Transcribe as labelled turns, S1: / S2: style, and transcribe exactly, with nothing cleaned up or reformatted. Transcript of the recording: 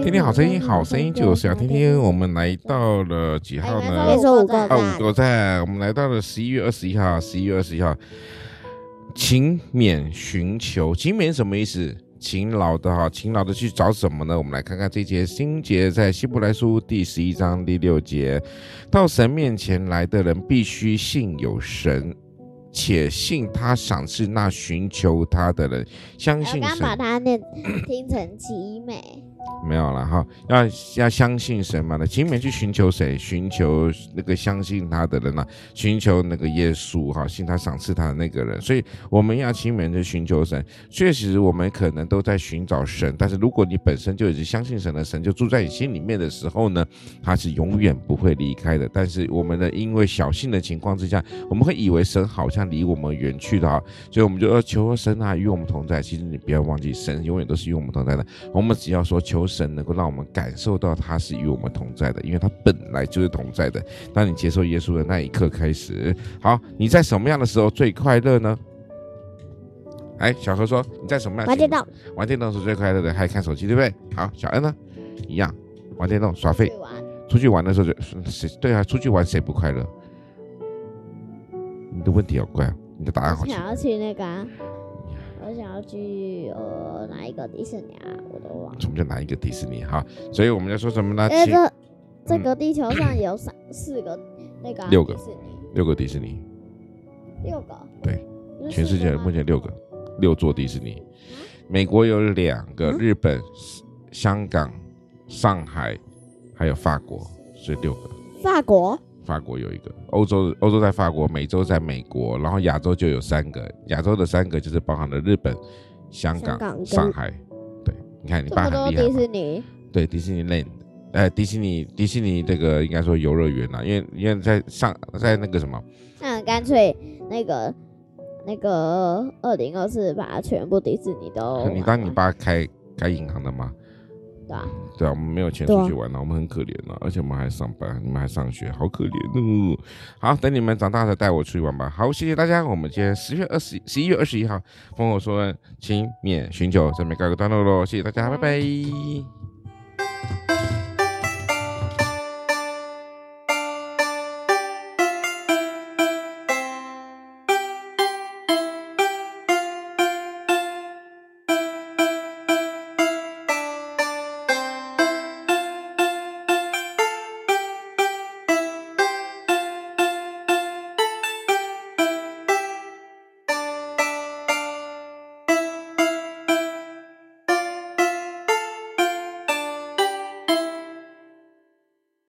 S1: 听听好声音，好声音就是要听听。我们来到了几号呢？
S2: 别说五个
S1: 啊，五个赞。我们来到了十一月二十一号，十一月二十一号，勤勉寻求，勤勉什么意思？勤劳的哈，勤劳的去找什么呢？我们来看看这节经节，在希伯来书第十一章第六节，到神面前来的人必须信有神，且信他赏赐那寻求他的人，相信神。
S2: 我刚把它念听成奇美。
S1: 没有了哈，要要相信神嘛，那勤勉去寻求谁？寻求那个相信他的人啊，寻求那个耶稣哈，信他赏赐他的那个人。所以我们要勤勉去寻求神。确实，我们可能都在寻找神，但是如果你本身就已经相信神的，神就住在你心里面的时候呢，他是永远不会离开的。但是我们呢，因为小信的情况之下，我们会以为神好像离我们远去的哈，所以我们就要求神啊与我们同在。其实你不要忘记，神永远都是与我们同在的。我们只要说求神能够让我们感受到他是与我们同在的，因为他本来就是同在的。当你接受耶稣的那一刻开始，好，你在什么样的时候最快乐呢？哎，小何说你在什么样的
S2: 玩电动？
S1: 玩电动是最快乐的，还看手机，对不对？好，小恩呢？一样，玩电动耍废。出去玩的时候就谁对啊？出去玩谁不快乐？你的问题好怪啊！你的答案好奇怪。
S2: 想要去那个、啊。我想要去呃哪一个迪士尼啊？我都忘了。
S1: 什么叫哪一个迪士尼？哈，所以我们在说什么呢？
S2: 因为这这个地球上有三、嗯、四个那个、啊、
S1: 六个
S2: 迪士尼，
S1: 六个迪士尼，
S2: 六个。
S1: 对，全世界目前六个，六座迪士尼。美国有两个，嗯、日本、香港、上海，还有法国，是六个。
S2: 法国。
S1: 法国有一个，欧洲欧洲在法国，美洲在美国，然后亚洲就有三个，亚洲的三个就是包含了日本、香港、港上海。对，你看你爸很厉害嘛。
S2: 迪士尼。
S1: 对，迪士尼 land， 呃，迪士尼迪士尼这个应该说游乐园啦，因为因为在上在那个什么，
S2: 那干脆那个那个二零二四把全部迪士尼都。
S1: 你当你爸开开银行的吗？
S2: 对啊，
S1: 对啊，我们没有钱出去玩了、啊，我们很可怜啊，而且我们还上班，你们还上学，好可怜哦。好，等你们长大了带我出去玩吧。好，谢谢大家，我们今天十月二十十一月二十一号，烽火说勤勉寻求，这边告个段落喽，谢谢大家，拜拜。